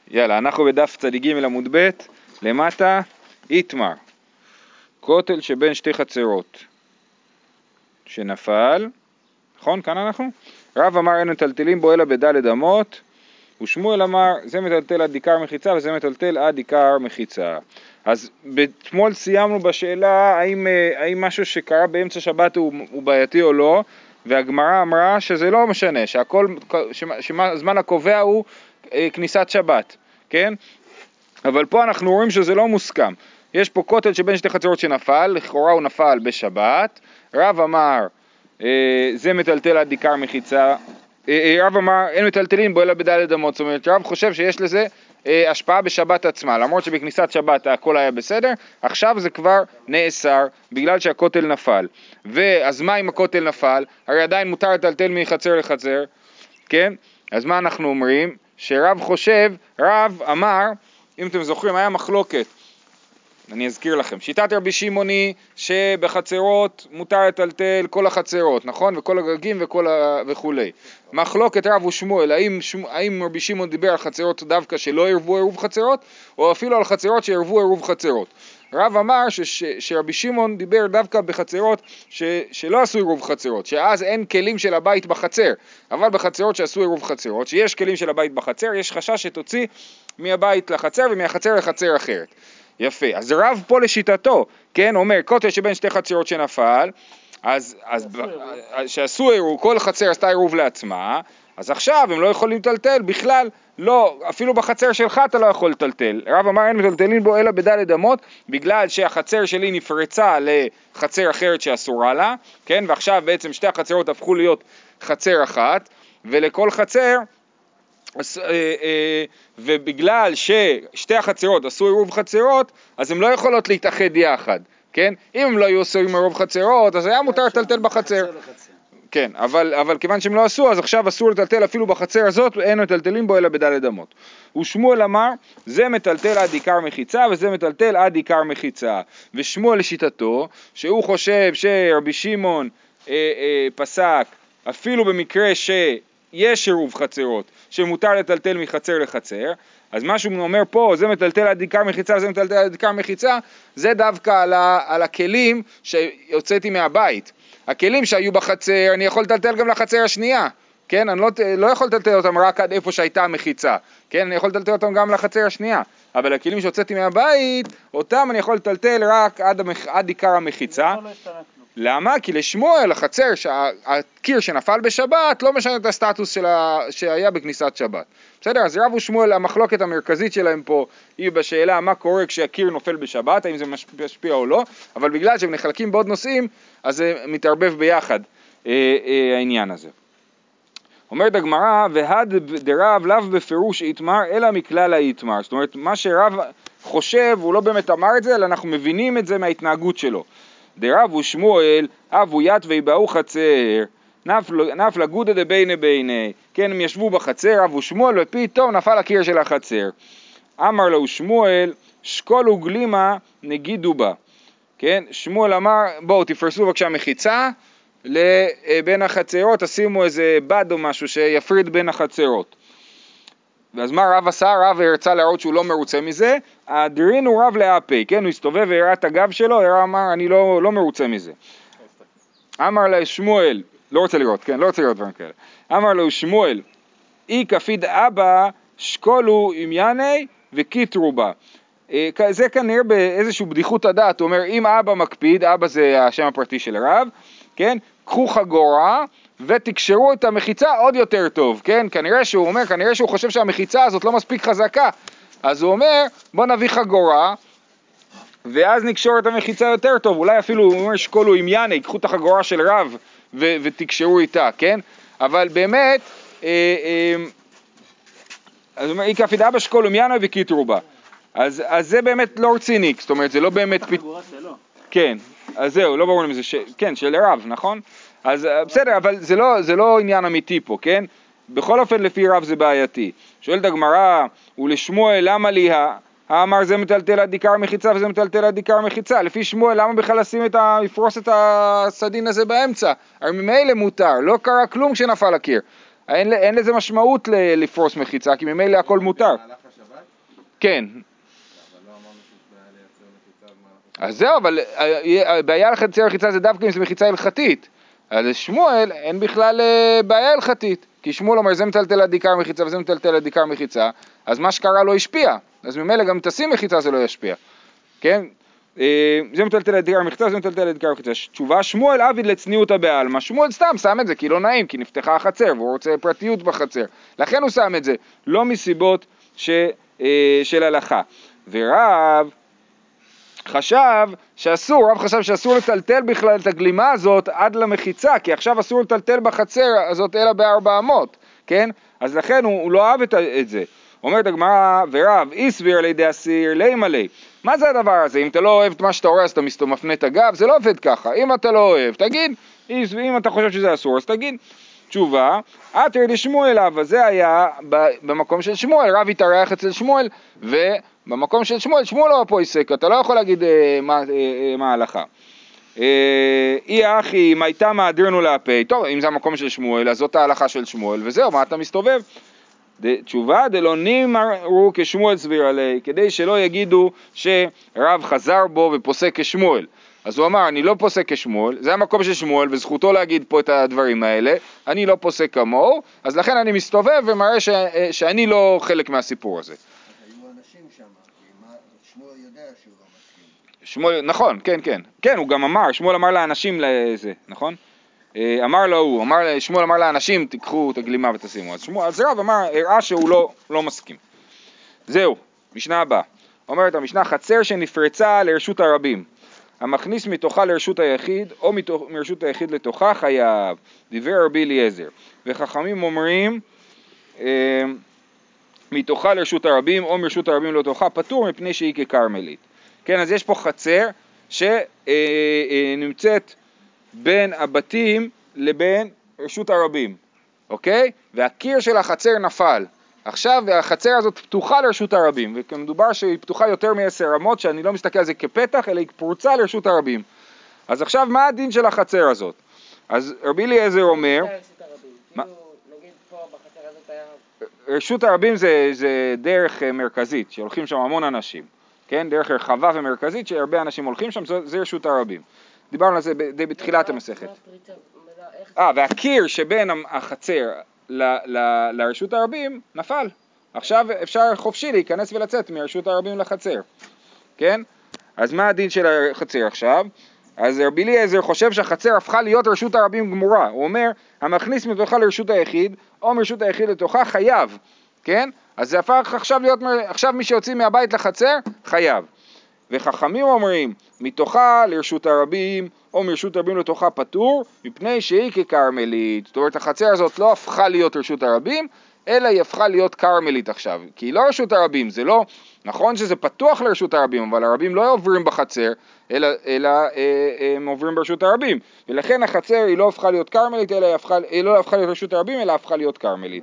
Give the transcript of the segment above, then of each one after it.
יאללה, אנחנו בדף צדיגים אל עמוד ב' למטה, איתמר, כותל שבין שתי חצרות שנפל, נכון? כאן אנחנו? רב אמר אין מטלטלים בו אלא בדלת אמות, ושמואל אמר זה מטלטל עד עיקר מחיצה וזה מטלטל עד עיקר מחיצה. אז אתמול סיימנו בשאלה האם משהו שקרה באמצע שבת הוא בעייתי או לא, והגמרא אמרה שזה לא משנה, שהזמן הקובע הוא כניסת שבת, כן? אבל פה אנחנו רואים שזה לא מוסכם. יש פה כותל שבין שתי חצרות שנפל, לכאורה הוא נפל בשבת, רב אמר זה מטלטל עד עיקר מחיצה, רב אמר אין מטלטלים בו אלא בדלת אמות, זאת אומרת רב חושב שיש לזה השפעה בשבת עצמה, למרות שבכניסת שבת הכל היה בסדר, עכשיו זה כבר נאסר בגלל שהכותל נפל. ואז מה אם הכותל נפל? הרי עדיין מותר לטלטל מחצר לחצר, כן? אז מה אנחנו אומרים? שרב חושב, רב אמר, אם אתם זוכרים, היה מחלוקת, אני אזכיר לכם, שיטת רבי שמעוני שבחצרות מותר לטלטל כל החצרות, נכון? וכל הגגים וכולי. מחלוקת רב ושמואל, האם רבי שמעון דיבר על חצרות דווקא שלא ערבו עירוב חצרות, או אפילו על חצרות שערבו עירוב חצרות? רב אמר שרבי שמעון דיבר דווקא בחצרות שלא עשו עירוב חצרות, שאז אין כלים של הבית בחצר, אבל בחצרות שעשו עירוב חצרות, שיש כלים של הבית בחצר, יש חשש שתוציא מהבית לחצר ומהחצר לחצר אחרת. יפה, אז רב פה לשיטתו, כן, אומר, כותל שבין שתי חצרות שנפל, אז שעשו עירוב, כל חצר עשתה עירוב לעצמה, אז עכשיו הם לא יכולים לטלטל בכלל, לא, אפילו בחצר שלך אתה לא יכול לטלטל. רב אמר אין מטלטלים בו אלא בדלת אמות, בגלל שהחצר שלי נפרצה לחצר אחרת שאסורה לה, כן, ועכשיו בעצם שתי החצרות הפכו להיות חצר אחת, ולכל חצר, ובגלל ששתי החצרות עשו עירוב חצרות, אז הן לא יכולות להתאחד יחד, כן? אם הם לא היו עשו עירוב חצרות, אז היה מותר לטלטל בחצר. כן, אבל כיוון שהם לא עשו, אז עכשיו אסור לטלטל אפילו בחצר הזאת, אין מטלטלים בו אלא בדלת אמות. ושמואל אמר, זה מטלטל עד עיקר מחיצה, וזה מטלטל עד עיקר מחיצה. ושמואל לשיטתו, שהוא חושב שרבי שמעון פסק, אפילו במקרה שיש עירוב חצרות, שמותר לטלטל מחצר לחצר, אז מה שהוא אומר פה, זה מטלטל עד עיקר מחיצה, זה מטלטל עד עיקר מחיצה, זה דווקא על הכלים שיוצאתי מהבית. הכלים שהיו בחצר, אני יכול לטלטל גם לחצר השנייה, כן? אני לא יכול לטלטל אותם רק עד איפה שהייתה המחיצה, כן? אני יכול לטלטל אותם גם לחצר השנייה, אבל הכלים שהוצאתי מהבית, אותם אני יכול לטלטל רק עד עיקר המחיצה. למה? כי לשמואל החצר, הקיר שנפל בשבת, לא משנה את הסטטוס שהיה בכניסת שבת. בסדר? אז רב ושמואל, המחלוקת המרכזית שלהם פה היא בשאלה מה קורה כשהקיר נופל בשבת, האם זה משפיע או לא, אבל בגלל שהם נחלקים בעוד נושאים, אז זה מתערבב ביחד העניין הזה. אומרת הגמרא, והד דרב לאו בפירוש יתמר, אלא מכלל היתמר. זאת אומרת, מה שרב חושב, הוא לא באמת אמר את זה, אלא אנחנו מבינים את זה מההתנהגות שלו. דרב ושמואל, אבו ית ויבאו חצר, נפלה גודא דבייני בייני, כן, הם ישבו בחצר, אבו שמואל, ופתאום נפל הקיר של החצר. אמר לו שמואל, שקול וגלימה נגידו בה. כן, שמואל אמר, בואו תפרסו בבקשה מחיצה, בין החצרות, תשימו איזה בד או משהו שיפריד בין החצרות. ואז מה רב עשה? רב הרצה להראות שהוא לא מרוצה מזה, הדרין הוא רב לאפי, כן, הוא הסתובב והראה את הגב שלו, הראה אמר, אני לא מרוצה מזה. אמר לו שמואל, לא רוצה לראות, כן, לא רוצה לראות דברים כאלה. אמר לו שמואל, אי כפיד אבא, שקולו עם יני וקיטרו בה. זה כנראה באיזשהו בדיחות הדעת, הוא אומר, אם אבא מקפיד, אבא זה השם הפרטי של הרב, כן, קחו חגורה ותקשרו את המחיצה עוד יותר טוב, כן, כנראה שהוא חושב שהמחיצה הזאת לא מספיק חזקה, אז הוא אומר, בוא נביא חגורה, ואז נקשור את המחיצה יותר טוב, אולי אפילו הוא אומר שקולו עם יני, קחו את החגורה של רב ותקשרו איתה, כן, אבל באמת, אז הוא אומר, אי כפיד אבא שקולו עם יני וקיטרו בה. אז זה באמת לא רציני, זאת אומרת, זה לא באמת... כן, אז זהו, לא ברור אם זה כן, של רב, נכון? אז בסדר, אבל זה לא עניין אמיתי פה, כן? בכל אופן, לפי רב זה בעייתי. שואלת הגמרא, ולשמואל, למה לי האמר זה מטלטל עד עיקר מחיצה וזה מטלטל עד עיקר מחיצה? לפי שמואל, למה בכלל לפרוס את הסדין הזה באמצע? הרי ממילא מותר, לא קרה כלום כשנפל הקיר. אין לזה משמעות לפרוס מחיצה, כי ממילא הכל מותר. במהלך השבת? כן. אז זהו, אבל בעיה לייצר מחיצה זה דווקא אם זה מחיצה הלכתית. אז שמואל אין בכלל בעיה הלכתית, כי שמואל אומר זה מטלטל עד עיקר מחיצה וזה מטלטל עד עיקר מחיצה, אז מה שקרה לא השפיע, אז ממילא גם תשים מחיצה זה לא ישפיע, כן? זה מטלטל עד עיקר מחיצה, זה מטלטל עד עיקר מחיצה. תשובה, שמואל עביד לצניעות הבעלמא, שמואל סתם שם את זה כי לא נעים, כי נפתחה החצר והוא רוצה פרטיות בחצר, לכן הוא שם את זה, לא מסיבות של הלכה. ורב חשב שאסור לטלטל בכלל את הגלימה הזאת עד למחיצה, כי עכשיו אסור לטלטל בחצר הזאת אלא ב400, כן? אז לכן הוא לא אהב את זה. אומרת הגמרא, ורב הסביר לידי אסיר לימה לי. מה זה הדבר הזה? אם אתה לא אוהב את מה שאתה רואה אז אתה מפנה את הגב, זה לא עובד ככה. אם אתה לא אוהב, תגיד. אם אתה חושב שזה אסור, אז תגיד. תשובה, עתר לשמואל אב, זה היה במקום של שמואל, רב התארח אצל שמואל, ובמקום של שמואל, שמואל לא הפויסק, אתה לא יכול להגיד מה ההלכה. אי אחי, אם הייתה מעדירנו להפי, טוב, אם זה המקום של שמואל, אז זאת ההלכה של שמואל, וזהו, מה אתה מסתובב? תשובה, דלא נאמרו כשמואל סביר עלי, כדי שלא יגידו שרב חזר בו ופוסק כשמואל. אז הוא אמר, אני לא פוסק כשמואל, זה המקום של שמואל, וזכותו להגיד פה את הדברים האלה, אני לא פוסק כמוהו, אז לכן אני מסתובב ומראה שאני לא חלק מהסיפור הזה. היו אנשים שם, שמואל יודע שהוא לא מסכים. שמואל, נכון, כן, הוא גם אמר, שמואל אמר לאנשים לזה, נכון? שמואל אמר לאנשים, תיקחו את הגלימה ותשימו, אז רב אמר, הראה שהוא לא מסכים. זהו, משנה הבאה. אומרת המשנה, חצר שנפרצה לרשות הרבים. המכניס מתוכה לרשות היחיד, או מרשות היחיד לתוכה חייב, דיבר רבי אליעזר. וחכמים אומרים, מתוכה לרשות הרבים, או מרשות הרבים לתוכה, פטור מפני שהיא כקרמלית. כן, אז יש פה חצר שנמצאת בין הבתים לבין רשות הרבים, אוקיי? והקיר של החצר נפל. עכשיו החצר הזאת פתוחה לרשות הרבים, וכמדובר שהיא פתוחה יותר מ10 אמות, שאני לא מסתכל על זה כפתח, אלא היא פרוצה לרשות הרבים. אז עכשיו מה הדין של החצר הזאת? אז רבי אליעזר אומר, רשות הרבים זה דרך מרכזית, שהולכים שם המון אנשים, כן? דרך רחבה ומרכזית שהרבה אנשים הולכים שם, זה רשות הרבים. דיברנו על זה בתחילת המסכת. והקיר שבין החצר לרשות הרבים נפל. עכשיו אפשר חופשי להיכנס ולצאת מרשות הרבים לחצר. כן? אז מה הדין של החצר עכשיו? אז רבי אליעזר חושב שהחצר הפכה להיות רשות הרבים גמורה. הוא אומר, המכניס מתוכה לרשות היחיד, או מרשות היחיד לתוכה חייב. כן? אז זה הפך עכשיו מי שיוצא מהבית לחצר, חייב. וחכמים אומרים, מתוכה לרשות הרבים, או מרשות הרבים לתוכה פטור, מפני שהיא כקרמלית. זאת אומרת, החצר הזאת לא הפכה להיות רשות הרבים, אלא היא הפכה להיות קרמלית עכשיו. כי היא לא רשות הרבים, זה לא, נכון שזה פתוח לרשות הרבים, אבל הרבים לא עוברים בחצר, אלא הם עוברים ברשות הרבים. ולכן החצר היא לא הפכה להיות קרמלית, היא לא הפכה להיות רשות הרבים, אלא הפכה להיות קרמלית.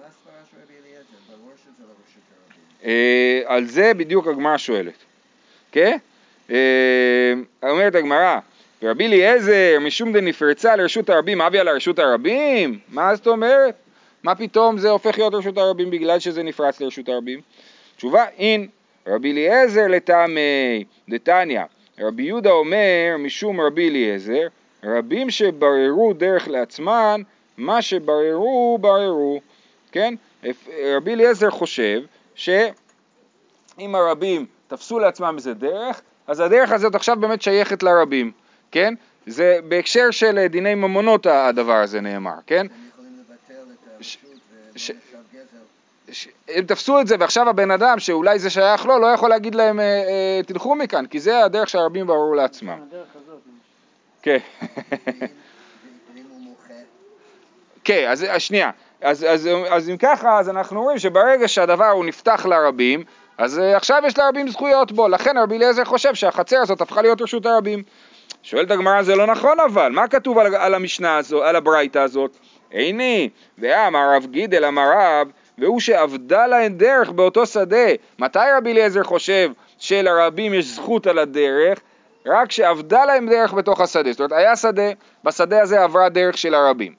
על זה בדיוק הגמרא שואלת. כן? אומרת הגמרא, רבי אליעזר משום דנפרצה לרשות הרבים, אביה לרשות הרבים? מה זאת אומרת? מה פתאום זה הופך להיות רשות הרבים בגלל שזה נפרץ לרשות הרבים? תשובה, אין, רבי אליעזר לטעמי, דתניא, רבי יהודה אומר משום רבי אליעזר, רבים שבררו דרך לעצמן, מה שבררו בררו, כן? רבי אליעזר חושב שאם הרבים תפסו לעצמם איזה דרך, אז הדרך הזאת עכשיו באמת שייכת לרבים, כן? זה בהקשר של דיני ממונות הדבר הזה נאמר, כן? הם יכולים לבטל את הרשות גזל. הם תפסו את זה, ועכשיו הבן אדם שאולי זה שייך לו, לא יכול להגיד להם תלכו מכאן, כי זה הדרך שהרבים בררו לעצמם. הדרך הזאת. כן. ואם הוא מוחה? כן, אז שנייה. אז אם ככה, אז אנחנו רואים שברגע שהדבר הוא נפתח לרבים, אז עכשיו יש לרבים זכויות בו, לכן רבי אליעזר חושב שהחצר הזאת הפכה להיות רשות הרבים. שואלת הגמרא, זה לא נכון אבל, מה כתוב על המשנה הזאת, על הברייתא הזאת? איני, ואמר רב גידל אמר רב, והוא שעבדה להן דרך באותו שדה. מתי רבי אליעזר חושב שלרבים יש זכות על הדרך? רק שעבדה להם דרך בתוך השדה, זאת אומרת היה שדה, בשדה הזה עברה דרך של הרבים.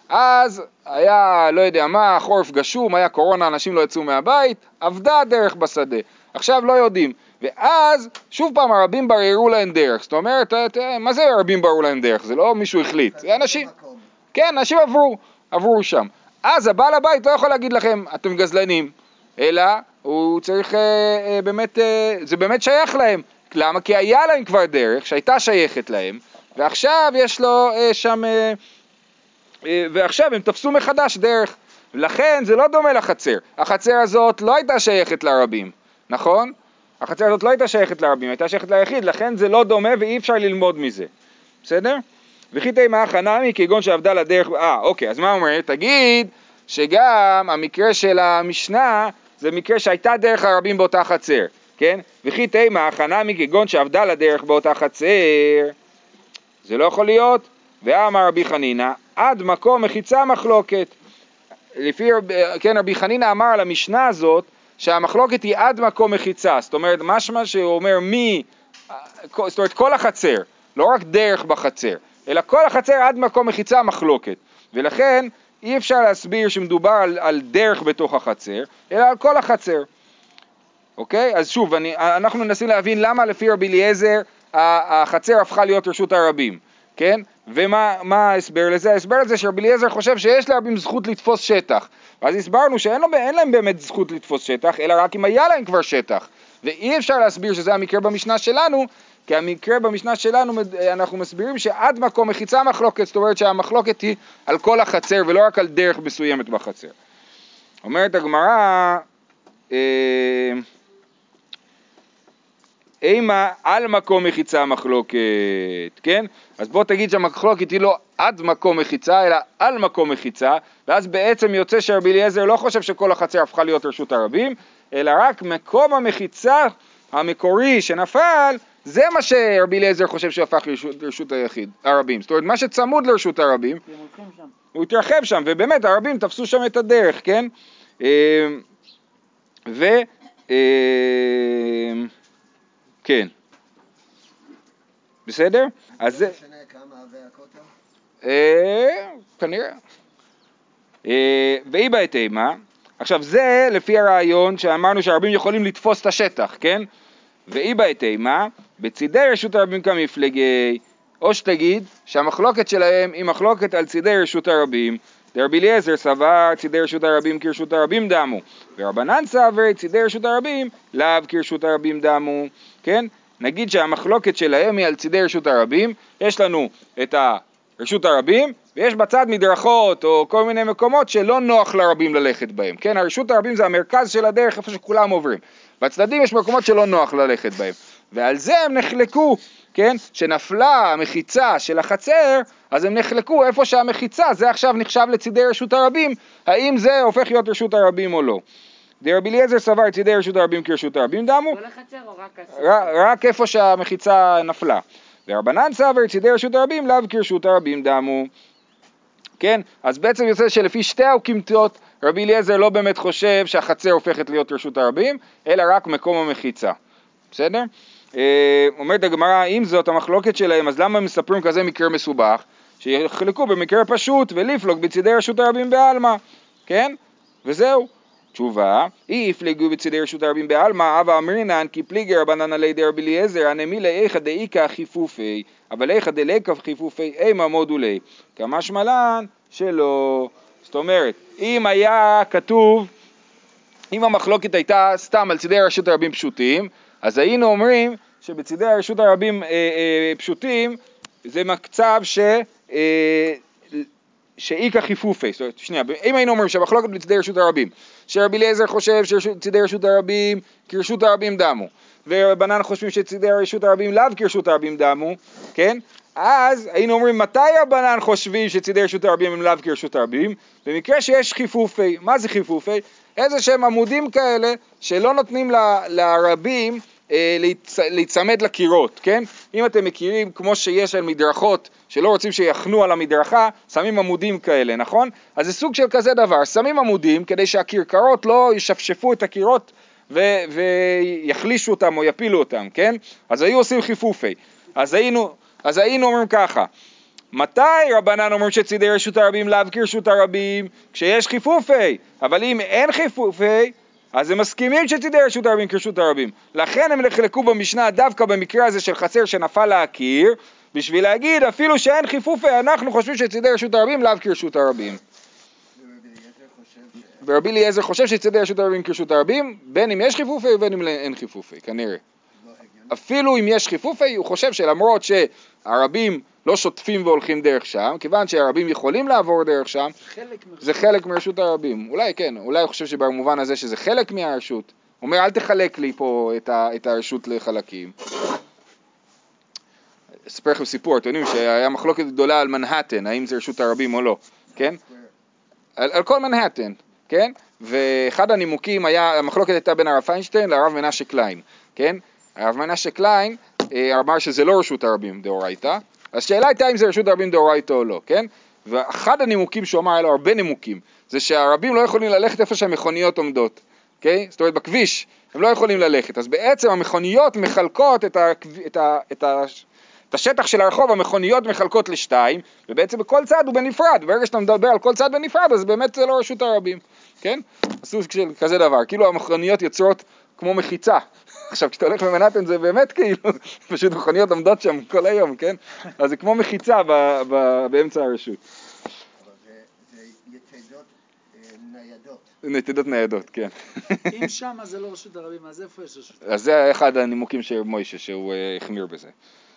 אז היה, לא יודע מה, חורף גשום, היה קורונה, אנשים לא יצאו מהבית, עבדה הדרך בשדה. עכשיו לא יודעים. ואז, שוב פעם, הרבים בררו להם דרך. זאת אומרת, מה זה הרבים בררו להם דרך? זה לא מישהו החליט. זה אנשים, כן, אנשים עברו שם. אז הבעל הבית לא יכול להגיד לכם, אתם גזלנים, אלא הוא צריך באמת, זה באמת שייך להם. למה? כי היה להם כבר דרך שהייתה שייכת להם, ועכשיו יש לו שם, ועכשיו הם תפסו מחדש דרך. לכן זה לא דומה לחצר. החצר הזאת לא הייתה שייכת לרבים, נכון? החצר הזאת לא הייתה שייכת לרבים, הייתה שייכת ליחיד, לכן זה לא דומה ואי אפשר ללמוד מזה. בסדר? וכי תימא חנמי כגון שעבדה לדרך, אוקיי, אז מה אומר? תגיד שגם המקרה של המשנה זה מקרה שהייתה דרך הרבים באותה חצר, כן? וכי תימא חנמי כגון שעבדה לדרך באותה חצר, זה לא יכול להיות. ואמר רבי חנינא, עד מקום מחיצה מחלוקת. לפי, כן, רבי חנינא אמר על המשנה הזאת, שהמחלוקת היא עד מקום מחיצה, זאת אומרת, משמע שהוא אומר זאת אומרת, כל החצר, לא רק דרך בחצר, אלא כל החצר עד מקום מחיצה מחלוקת, ולכן אי אפשר להסביר שמדובר על דרך בתוך החצר, אלא על כל החצר. אוקיי? אז שוב, אנחנו מנסים להבין למה לפי רבי אליעזר החצר הפכה להיות רשות הרבים, כן? ומה ההסבר לזה? ההסבר לזה שרבי אליעזר חושב שיש לרבים זכות לתפוס שטח, ואז הסברנו שאין להם באמת זכות לתפוס שטח, אלא רק אם היה להם כבר שטח, ואי אפשר להסביר שזה המקרה במשנה שלנו, כי המקרה במשנה שלנו אנחנו מסבירים שעד מקום מחיצה מחלוקת, זאת אומרת שהמחלוקת היא על כל החצר ולא רק על דרך מסוימת בחצר. אומרת הגמרא, אימה על מקום מחיצה מחלוקת, כן? אז בוא תגיד שהמחלוקת היא לא עד מקום מחיצה, אלא על מקום מחיצה, ואז בעצם יוצא שרבי אליעזר לא חושב שכל החצר הפכה להיות רשות הרבים, אלא רק מקום המחיצה המקורי שנפל, זה מה שרבי אליעזר חושב שהפך לרשות היחיד, הרבים. זאת אומרת, מה שצמוד לרשות הרבים, הוא התרחב שם, ובאמת הרבים תפסו שם את הדרך, כן? כן. בסדר? אז זה... משנה כמה והקוטר? כנראה. ואי בהתאמה, עכשיו זה לפי הרעיון שאמרנו שהרבים יכולים לתפוס את השטח, כן? ואי בהתאמה, בצידי רשות הרבים כמפלגי, או שתגיד שהמחלוקת שלהם היא מחלוקת על צידי רשות הרבים, דרבי אליעזר סבר צידי רשות הרבים כרשות הרבים דמו, ורבנן סבר צידי רשות הרבים לאו כרשות הרבים דמו, כן? נגיד שהמחלוקת שלהם היא על צידי רשות הרבים, יש לנו את רשות הרבים, ויש בצד מדרכות או כל מיני מקומות שלא נוח לרבים ללכת בהם, כן? הרשות הרבים זה המרכז של הדרך איפה שכולם עוברים, בצדדים יש מקומות שלא נוח ללכת בהם, ועל זה הם נחלקו, כן? שנפלה המחיצה של החצר, אז הם נחלקו איפה שהמחיצה, זה עכשיו נחשב לצידי רשות הרבים, האם זה הופך להיות רשות הרבים או לא. דרבי אליעזר סבר צידי רשות הרבים כרשות הרבים דמו, כל החצר או רק הסוף? רק איפה שהמחיצה נפלה. ורבנן סבר צידי רשות הרבים לאו כרשות הרבים דמו. כן? אז בעצם יוצא שלפי שתי האוקימתות, רבי אליעזר לא באמת חושב שהחצר הופכת להיות רשות הרבים, אלא רק מקום המחיצה. בסדר? אומרת הגמרא, אם זאת המחלוקת שלהם, אז למה הם מספרים כזה מקרה מסובך? שיחלקו במקרה פשוט ולפלוג בצידי רשות הרבים בעלמא. כן? וזהו. תשובה, אי הפליגו בצידי רשות הרבים בעלמא, אבא אמרינן כי פליגי רבנן עלי דרבי אליעזר, הנמילה איכא דאיכא חיפופי, אבל איכא דליקא חיפופי אימא מודולי, כמשמע לן שלא. זאת אומרת, אם היה כתוב, אם המחלוקת הייתה סתם על צידי רשות הרבים פשוטים, אז היינו אומרים שבצידי רשות הרבים פשוטים, זה מקצב שאיקה חיפופי, זאת אומרת, שנייה, אם היינו אומרים שהמחלוקת בצידי רשות הרבים, שרבי אליעזר חושב שצידי רשות הרבים כרשות הרבים דמו, ורבנן חושבים שצידי רשות הרבים לאו כרשות הרבים דמו, כן? אז היינו אומרים מתי רבנן חושבים שצידי רשות הרבים הם לאו כרשות הרבים? במקרה שיש חיפופי. מה זה חיפופי? איזה שהם עמודים כאלה שלא נותנים לרבים להצמד לקירות, כן? אם אתם מכירים, כמו שיש על מדרכות שלא רוצים שיחנו על המדרכה, שמים עמודים כאלה, נכון? אז זה סוג של כזה דבר, שמים עמודים כדי שהקרקרות לא ישפשפו את הקירות ויחלישו אותם או יפילו אותם, כן? אז היו עושים חיפופי. אז היינו אומרים ככה, מתי רבנן אומרים שצידי רשות הרבים לאו כרשות הרבים? כשיש חיפופי, אבל אם אין חיפופי, אז הם מסכימים שצידי רשות הרבים כרשות הרבים. לכן הם נחלקו במשנה דווקא במקרה הזה של חצר שנפל להכיר, בשביל להגיד אפילו שאין חיפופי, אנחנו חושבים שצידי רשות הרבים לאו כרשות הרבים. ורבי אליעזר חושב שצידי רשות הרבים כרשות הרבים, בין אם יש חיפופי ובין אם אין חיפופי, כנראה. אפילו אם יש חיפופי, הוא חושב שלמרות שהרבים לא שוטפים והולכים דרך שם, כיוון שהרבים יכולים לעבור דרך שם, זה חלק מרשות הרבים. אולי כן, אולי הוא חושב שבמובן הזה שזה חלק מהרשות. הוא אומר, אל תחלק לי פה את הרשות לחלקים. אספר לכם סיפור, אתם יודעים שהיה מחלוקת גדולה על מנהטן, האם זה רשות הרבים או לא, כן? על כל מנהטן, כן? ואחד הנימוקים היה, המחלוקת הייתה בין הרב פיינשטיין לרב מנשה קליין, כן? הרב מנשה קליין אמר שזה לא רשות הרבים דאורייתא, אז השאלה הייתה אם זה רשות הרבים דאורייתא או לא, כן? ואחד הנימוקים שהוא אמר, היה לו הרבה נימוקים, זה שהרבים לא יכולים ללכת איפה שהמכוניות עומדות, okay? זאת אומרת בכביש, הם לא יכולים ללכת, אז בעצם המכוניות מחלקות את השטח של הרחוב, המכוניות מחלקות לשתיים, ובעצם בכל צד הוא בנפרד, וברגע שאתה מדבר על כל צד בנפרד, אז באמת זה לא רשות הרבים, כן? עשו כזה דבר, כאילו המכוניות יוצרות כמו מחיצה, עכשיו כשאתה הולך במנהטן זה באמת כאילו, פשוט מכוניות עומדות שם כל היום, כן? אז זה כמו מחיצה באמצע הרשות. אבל זה יתדות ניידות. נתידות ניידות, כן. אם שם זה לא רשות הרבים, אז איפה יש רשות? אז זה אחד הנימוקים של מוישה, שהוא החמיר בזה.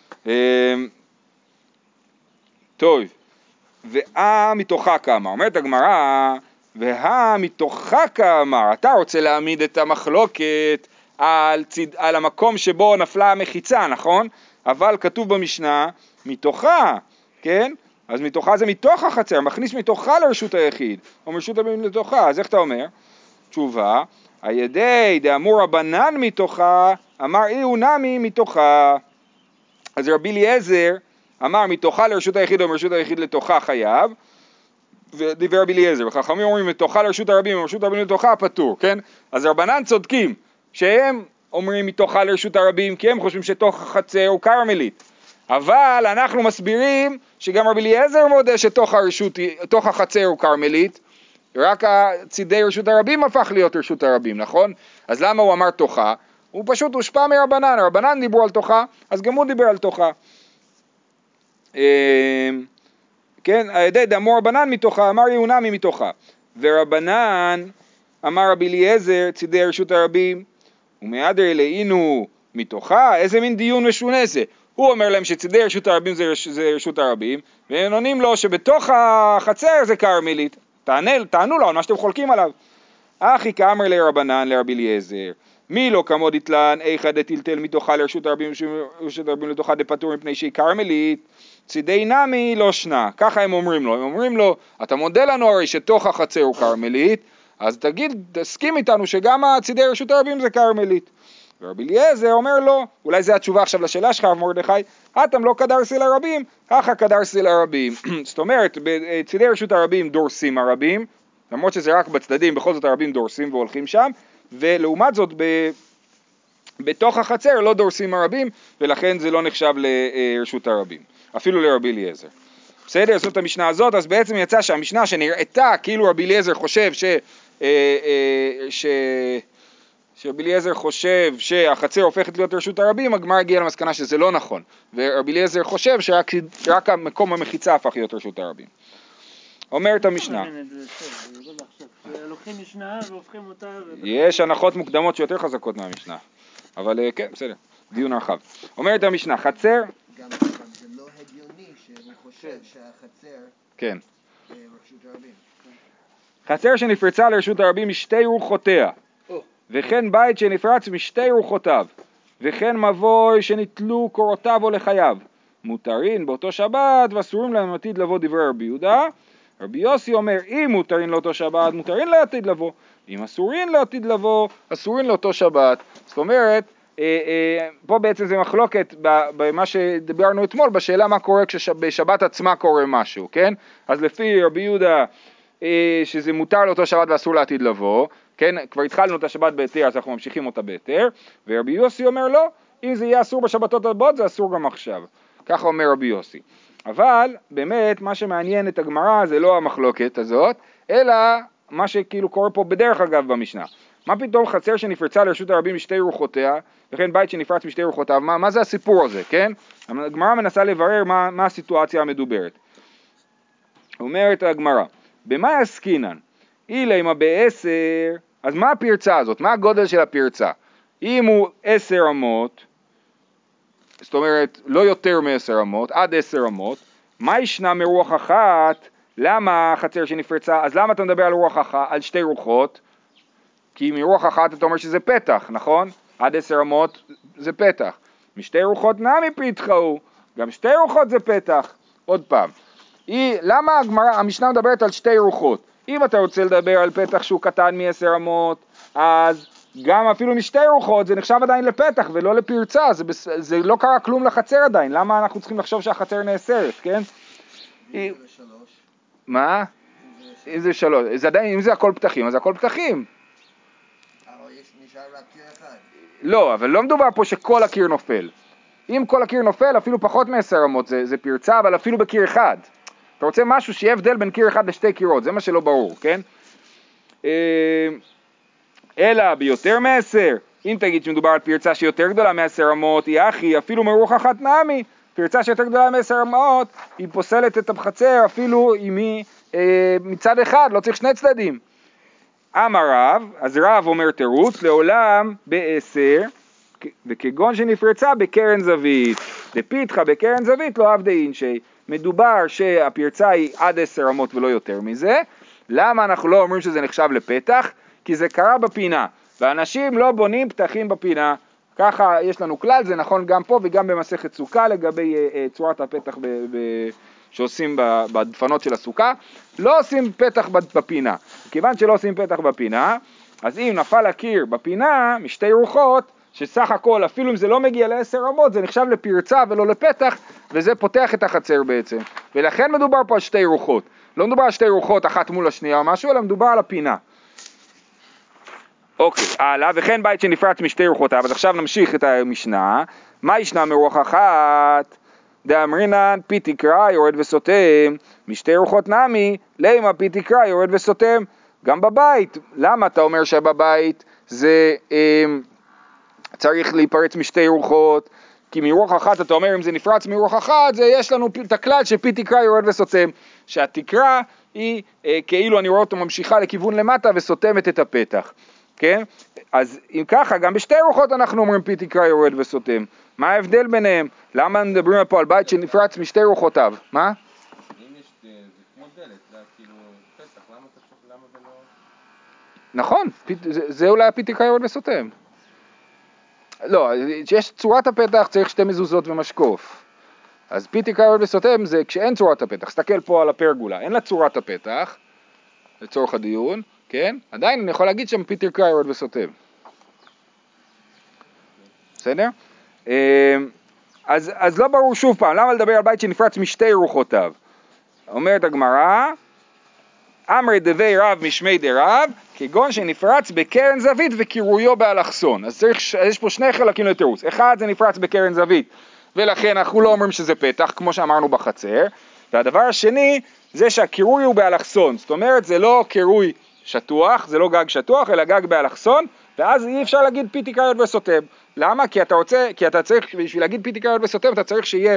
טוב, מתוכה כמה, אומרת הגמרא, מתוכה כמה, אתה רוצה להעמיד את המחלוקת על המקום שבו נפלה המחיצה, נכון? אבל כתוב במשנה, מתוכה, כן? אז מתוכה זה מתוך החצר, מכניס מתוכה לרשות היחיד, או מרשות הרבים לתוכה, אז איך אתה אומר? תשובה, הידי דאמור רבנן מתוכה, אמר אי נמי מתוכה. אז רבי אליעזר אמר מתוכה לרשות היחיד או מרשות היחיד לתוכה חייב, ודיבר רבי אליעזר, וחכמים אומרים מתוכה לרשות הרבים או מרשות הרבים לתוכה פטור, כן? אז רבנן צודקים שהם אומרים מתוכה לרשות הרבים כי הם חושבים שתוך החצר הוא קרמלית, אבל אנחנו מסבירים שגם רבי אליעזר מודה שתוך החצר הוא קרמלית, רק צידי רשות הרבים הפך להיות רשות הרבים, נכון? אז למה הוא אמר תוכה? הוא פשוט הושפע מרבנן, רבנן דיברו על תוכה, אז גם הוא דיבר על תוכה. כן, הידי דאמור רבנן מתוכה, אמר יהונמי מתוכה, ורבנן אמר רבי אליעזר צידי רשות הרבים, ומהדר אלינו מתוכה, איזה מין דיון משונה זה? הוא אומר להם שצידי רשות הרבים זה רשות הרבים, והם עונים לו שבתוך החצר זה קרמלית. תענו לו על מה שאתם חולקים עליו. אחי כאמר לרבנן לרבי אליעזר, מי לא כמוד יתלן איכא דטלטל מתוכה לרשות הרבים ורשות הרבים לתוכה דפטור מפני שהיא קרמלית, צידי נמי לא שנה. ככה הם אומרים לו, אתה מודה לנו הרי שתוך החצר הוא קרמלית, אז תסכים איתנו שגם צידי רשות הרבים זה קרמלית. ורבי אליעזר אומר לו, אולי זה התשובה עכשיו לשאלה שלך מרדכי, אתם לא קדרסי לרבים, ככה קדרסי לרבים. זאת אומרת, בצידי רשות הרבים דורסים הרבים, למרות שזה רק בצדדים, בכל זאת הרבים דורסים והולכים שם, ולעומת זאת בתוך החצר לא דורסים הרבים, ולכן זה לא נחשב לרשות הרבים, אפילו לרבי אליעזר. בסדר, זאת המשנה הזאת, אז בעצם יצא שהמשנה שנראתה כאילו רבי אליעזר חושב שרבי אליעזר חושב שהחצר הופכת להיות רשות הרבים, הגמרא הגיעה למסקנה שזה לא נכון, ורבי אליעזר חושב שרק המקום המחיצה הפך להיות רשות הרבים. אומרת המשנה, לוקחים משנה והופכים אותה, יש הנחות מוקדמות שיותר חזקות מהמשנה, אבל כן, בסדר, דיון רחב. אומרת המשנה, חצר, גם זה לא הגיוני שהוא חושב שהחצר כן, רשות הרבים. חצר שנפרצה לרשות הרבים משתי רוחותיה, וכן בית שנפרץ משתי רוחותיו, וכן מבוי שנתלו קורותיו או לחייו, מותרין באותו שבת ואסורים להם עתיד לבוא דברי רבי יהודה. רבי יוסי אומר, אם מותרין לאותו שבת, מותרין לעתיד לבוא, אם אסורין לעתיד לבוא, אסורין לאותו שבת. זאת אומרת, פה בעצם זה מחלוקת במה שדיברנו אתמול, בשאלה מה קורה כשבשבת עצמה קורה משהו, כן? אז לפי רבי יהודה, שזה מותר לאותו שבת ואסור לעתיד לבוא, כן? כבר התחלנו את השבת בהיתר, אז אנחנו ממשיכים אותה בהיתר, ורבי יוסי אומר לא, אם זה יהיה אסור בשבתות הבאות, זה אסור גם עכשיו. ככה אומר רבי יוסי. אבל באמת מה שמעניין את הגמרא זה לא המחלוקת הזאת, אלא מה שכאילו קורה פה בדרך אגב במשנה. מה פתאום חצר שנפרצה לרשות הרבים משתי רוחותיה, וכן בית שנפרץ משתי רוחותיו, מה זה הסיפור הזה, כן? הגמרא מנסה לברר מה הסיטואציה המדוברת. אומרת הגמרא, במה עסקינן? אילמה ב10, אז מה הפרצה הזאת? מה הגודל של הפרצה? אם הוא 10 אמות, זאת אומרת לא יותר מ10 אמות, עד 10 אמות, מה ישנה מרוח אחת? למה חצר שנפרצה? אז למה אתה מדבר על רוח אחת, על שתי רוחות? כי מרוח אחת אתה אומר שזה פתח, נכון? עד 10 אמות זה פתח. משתי רוחות נמי פתחו, גם שתי רוחות זה פתח. עוד פעם, למה המשנה מדברת על שתי רוחות? אם אתה רוצה לדבר על פתח שהוא קטן מ10 אמות, אז גם אפילו משתי רוחות זה נחשב עדיין לפתח ולא לפרצה, זה לא קרה כלום לחצר עדיין, למה אנחנו צריכים לחשוב שהחצר נאסרת, כן? אם זה 3. מה? אם זה 3, אם זה הכל פתחים, אז הכל פתחים. אבל נשאר רק קיר אחד. לא, אבל לא מדובר פה שכל הקיר נופל. אם כל הקיר נופל, אפילו פחות מ10 אמות, זה פרצה, אבל אפילו בקיר אחד. אתה רוצה משהו שיהיה הבדל בין קיר אחד לשתי קירות, זה מה שלא ברור, כן? אלא ביותר מ10, אם תגיד שמדובר על פרצה שיותר גדולה מ10 אמות, היא אחי, אפילו מרוח אחת נמי, פרצה שיותר גדולה מ10 אמות, היא פוסלת את החצר, אפילו אם היא מצד אחד, לא צריך שני צדדים. אמר רב, אז רב אומר תירוץ, לעולם ב10, וכגון שנפרצה בקרן זווית, דפיתחה בקרן זווית לא עבדי אינשי, מדובר שהפרצה היא עד 10 אמות ולא יותר מזה. למה אנחנו לא אומרים שזה נחשב לפתח? כי זה קרה בפינה, ואנשים לא בונים פתחים בפינה, ככה יש לנו כלל, זה נכון גם פה וגם במסכת סוכה לגבי צורת הפתח שעושים בדפנות של הסוכה, לא עושים פתח בפינה, כיוון שלא עושים פתח בפינה, אז אם נפל הקיר בפינה משתי רוחות, שסך הכל אפילו אם זה לא מגיע ל10 אמות, זה נחשב לפרצה ולא לפתח, וזה פותח את החצר בעצם, ולכן מדובר פה על שתי רוחות, לא מדובר על שתי רוחות אחת מול השנייה או משהו, אלא מדובר על הפינה. אוקיי, הלאה, וכן בית שנפרץ משתי רוחותיו, אז עכשיו נמשיך את המשנה, מה ישנה מרוח אחת? דאמרינן פי תקרא יורד וסותם, משתי רוחות נמי, למה פי תקרא יורד וסותם? גם בבית, למה אתה אומר שבבית זה צריך להיפרץ משתי רוחות? כי מרוח אחת אתה אומר אם זה נפרץ מרוח אחת, זה יש לנו את הכלל שפי תקרא יורד וסותם, שהתקרה היא כאילו אני רואה אותו ממשיכה לכיוון למטה וסותמת את הפתח. כן? אז אם ככה, גם בשתי רוחות אנחנו אומרים פי תקרא יורד וסותם. מה ההבדל ביניהם? למה מדברים פה על בית שנפרץ משתי רוחותיו? מה? אם יש, זה כמו דלת, זה כאילו פתח, למה אתה צריך, למה ולא... נכון, זה אולי פי תקרא יורד וסותם. לא, שיש צורת הפתח צריך שתי מזוזות ומשקוף. אז פי תקרא יורד וסותם זה כשאין צורת הפתח. סתכל פה על הפרגולה, אין לה צורת הפתח, לצורך הדיון. כן? עדיין אני יכול להגיד שם פי תקרא יורד וסותם. בסדר? אז לא ברור שוב פעם, למה לדבר על בית שנפרץ משתי רוחותיו? אומרת הגמרא, אמרי דבי רב משמי דרב, כגון שנפרץ בקרן זווית וקירויו באלכסון. אז יש פה שני חלקים לתירוץ. אחד זה נפרץ בקרן זווית, ולכן אנחנו לא אומרים שזה פתח, כמו שאמרנו בחצר. והדבר השני זה שהקירוי הוא באלכסון. זאת אומרת, זה לא קירוי שטוח, זה לא גג שטוח, אלא גג באלכסון, ואז אי אפשר להגיד פי תקרא יורד וסותם. למה? כי אתה צריך, בשביל להגיד פי תקרא יורד וסותם, אתה צריך שיהיה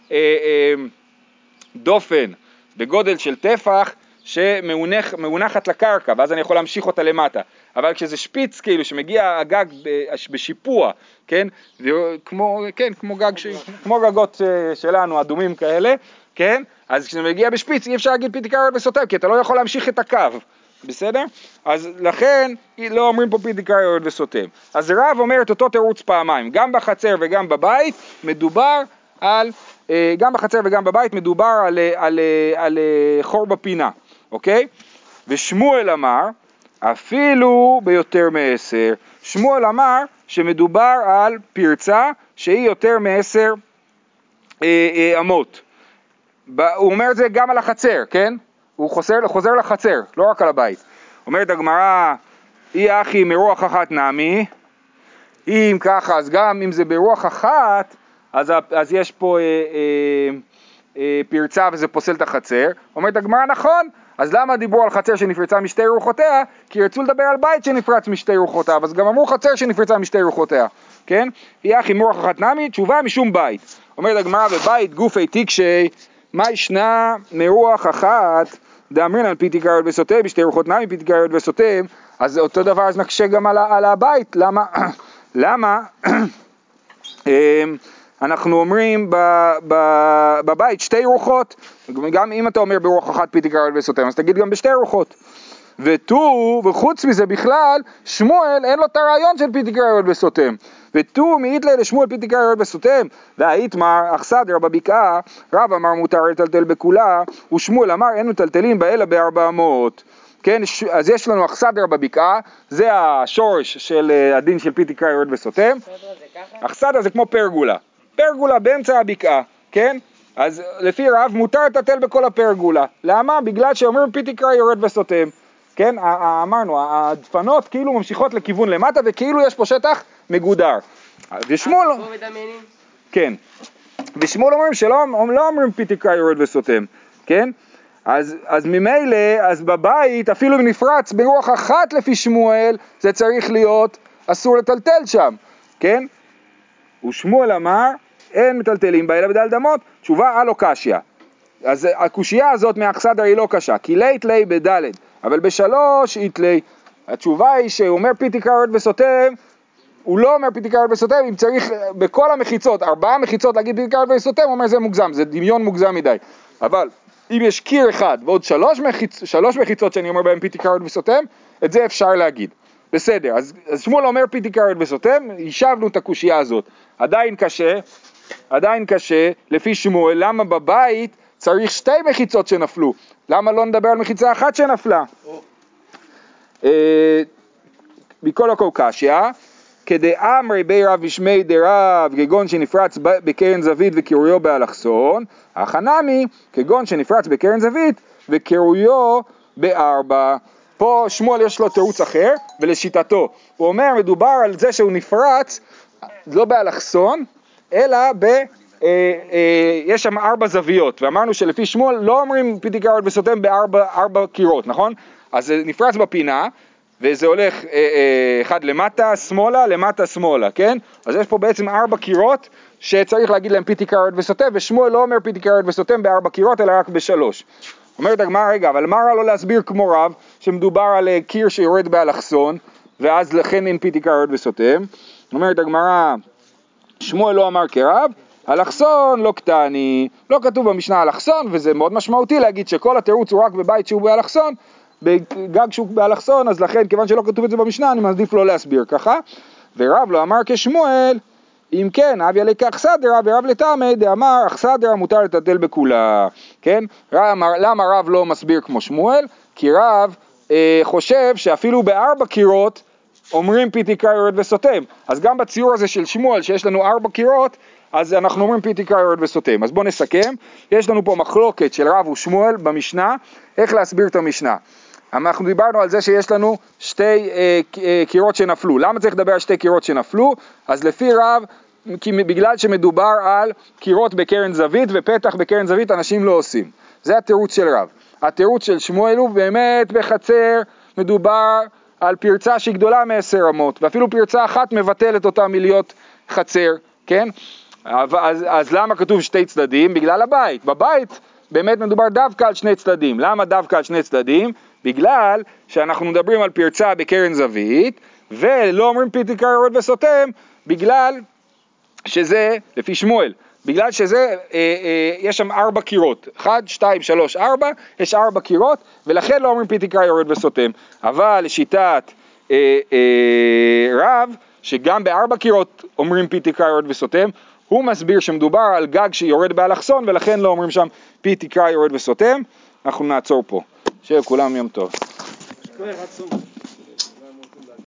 דופן בגודל של טפח שמאונחת לקרקע, ואז אני יכול להמשיך אותה למטה. אבל כשזה שפיץ כאילו שמגיע הגג בשיפוע, כן? כמו גגות שלנו, אדומים כאלה, כן? אז כשזה מגיע בשפיץ אי אפשר להגיד פי תקרא יורד וסותם, כי אתה לא יכול להמשיך את הקו. בסדר? אז לכן לא אומרים פה פי תקרא יורד וסותם. אז רב אומר את אותו תירוץ פעמיים, גם בחצר וגם בבית מדובר גם בחצר וגם בבית מדובר על חור בפינה, אוקיי? ושמואל אמר, אפילו ביותר מ10, שמואל אמר שמדובר על פרצה שהיא יותר מ10 אמות. הוא אומר את זה גם על החצר, כן? הוא חוזר לחצר, לא רק על הבית. אומרת הגמרא, אי אחי מרוח אחת נמי, אם ככה, אז גם אם זה ברוח אחת, אז יש פה פרצה וזה פוסל את החצר, אומרת הגמרא נכון, אז למה דיברו על חצר שנפרצה משתי רוחותיה? כי רצו לדבר על בית שנפרץ משתי רוחותיו, אז גם אמרו חצר שנפרצה משתי רוחותיה, כן? יחי מורח אחת נמי, תשובה משום בית. אומרת הגמרא בבית גופי תיקשי, מה ישנה מרוח אחת, דאמרין על פי תיקריות וסותם, בשתי רוחות נמי פי תיקריות וסותם, אז אותו דבר אז נקשה גם על הבית, למה? אנחנו אומרים בבית שתי רוחות, גם אם אתה אומר ברוח אחת פי תיקריות וסותם, אז תגיד גם בשתי רוחות. וחוץ מזה בכלל, שמואל אין לו את הרעיון של פי תיקריות וסותם. ותו מעיד לי לשמואל פי תיקריות וסותם, והאיתמר אכסדר בבקעה, רב אמר מותר לטלטל בכולה, ושמואל אמר אין מטלטלים בה אלא ב400. כן, אז יש לנו אכסדר בבקעה, זה השורש של הדין של פי תיקריות וסותם. אכסדר זה כמו פרגולה, פרגולה באמצע הבקעה, כן? אז לפי רב מותר לטלטל בכל הפרגולה. למה? בגלל שאומרים פי תיקריות וסותם. כן, אמרנו, הדפנות כאילו ממשיכות לכיוון למטה, וכאילו יש פה שטח מגודר. ושמואל, כן, ושמואל אומרים שלא אומרים פי תיקריות וסותם, כן? אז ממילא, אז בבית, אפילו אם נפרץ ברוח אחת לפי שמואל, זה צריך להיות אסור לטלטל שם, כן? ושמואל אמר, אין מטלטלים בה אלא בדל דמות, תשובה אלו קשיא. אז הקושייה הזאת מהאכסדר היא לא קשה, כי לית לי בדלת, אבל בשלוש איתלי, התשובה היא שהוא אומר פי תיקריות וסותם, הוא לא אומר פי תיקריות וסותם, אם צריך בכל המחיצות, 4 מחיצות להגיד פי תיקריות וסותם, הוא אומר זה מוגזם, זה דמיון מוגזם מדי. אבל אם יש קיר אחד ועוד 3 מחיצות שאני אומר בהם פי תיקריות וסותם, את זה אפשר להגיד. בסדר, אז שמואל אומר פי תיקריות וסותם, יישבנו את הקושייה הזאת. עדיין קשה, לפי שמואל, למה בבית צריך 2 מחיצות שנפלו? למה לא נדבר על מחיצה אחת שנפלה? בכל הכל קשיא, כדי אמרי בי רב ושמי דרב, כגון שנפרץ בקרן זווית וקירויו באלכסון, החנמי, כגון שנפרץ בקרן זווית וקירויו ב4. פה שמואל יש לו תירוץ אחר, ולשיטתו, הוא אומר, מדובר על זה שהוא נפרץ, לא באלכסון, אלא יש שם 4 זוויות, ואמרנו שלפי שמואל לא אומרים פי תיקריות וסותם ב4 קירות, נכון? אז זה נפרץ בפינה, וזה הולך אחד למטה שמאלה, כן? אז יש פה בעצם 4 קירות שצריך להגיד להם פי תיקריות וסותם, ושמואל לא אומר פי תיקריות וסותם ב4 קירות, אלא רק ב3. אומרת הגמרא, רגע, אבל מה רע לו להסביר כמו רב, שמדובר על קיר שיורד באלכסון, ואז לכן אין פי תיקריות וסותם? אומרת הגמרא, שמואל לא אמר כרב, אלכסון לא קטני, לא כתוב במשנה אלכסון, וזה מאוד משמעותי להגיד שכל התירוץ הוא רק בבית שהוא באלכסון, בגג שהוא באלכסון, אז לכן כיוון שלא כתוב את זה במשנה, אני מעדיף לא להסביר ככה. ורב לא אמר כשמואל, אם כן, אב ילי כאכסדרה ורב לטעמי דאמר אכסדרה מותר לטלטל בכולה, כן? למה רב לא מסביר כמו שמואל? כי רב חושב שאפילו ב4 קירות אומרים פי תיקריות וסותם. אז גם בציור הזה של שמואל שיש לנו 4 קירות, אז אנחנו אומרים פי תיקריות וסותם. אז בואו נסכם, יש לנו פה מחלוקת של רב ושמואל במשנה, איך להסביר את המשנה. אנחנו דיברנו על זה שיש לנו 2 קירות שנפלו. למה צריך לדבר על 2 קירות שנפלו? אז לפי רב, בגלל שמדובר על קירות בקרן זווית ופתח בקרן זווית, אנשים לא עושים. זה התירוץ של רב. התירוץ של שמואל הוא באמת בחצר, מדובר על פרצה שהיא גדולה מ10 אמות, ואפילו פרצה אחת מבטלת אותה מלהיות חצר, כן? אז למה כתוב 2 צדדים? בגלל הבית. בבית באמת מדובר דווקא על 2 צדדים. למה דווקא על 2 צדדים? בגלל שאנחנו מדברים על פרצה בקרן זווית, ולא אומרים פי תיקריות וסותם, בגלל שזה, לפי שמואל, בגלל שזה, יש שם 4 קירות, 1, 2, 3, 4, יש 4 קירות, ולכן לא אומרים פי תיקריות וסותם. אבל לשיטת רב, שגם ב4 קירות אומרים פי תיקריות וסותם, הוא מסביר שמדובר על גג שיורד באלכסון, ולכן לא אומרים שם פי תיקריות וסותם. אנחנו נעצור פה. שיהיה כולם יום טוב.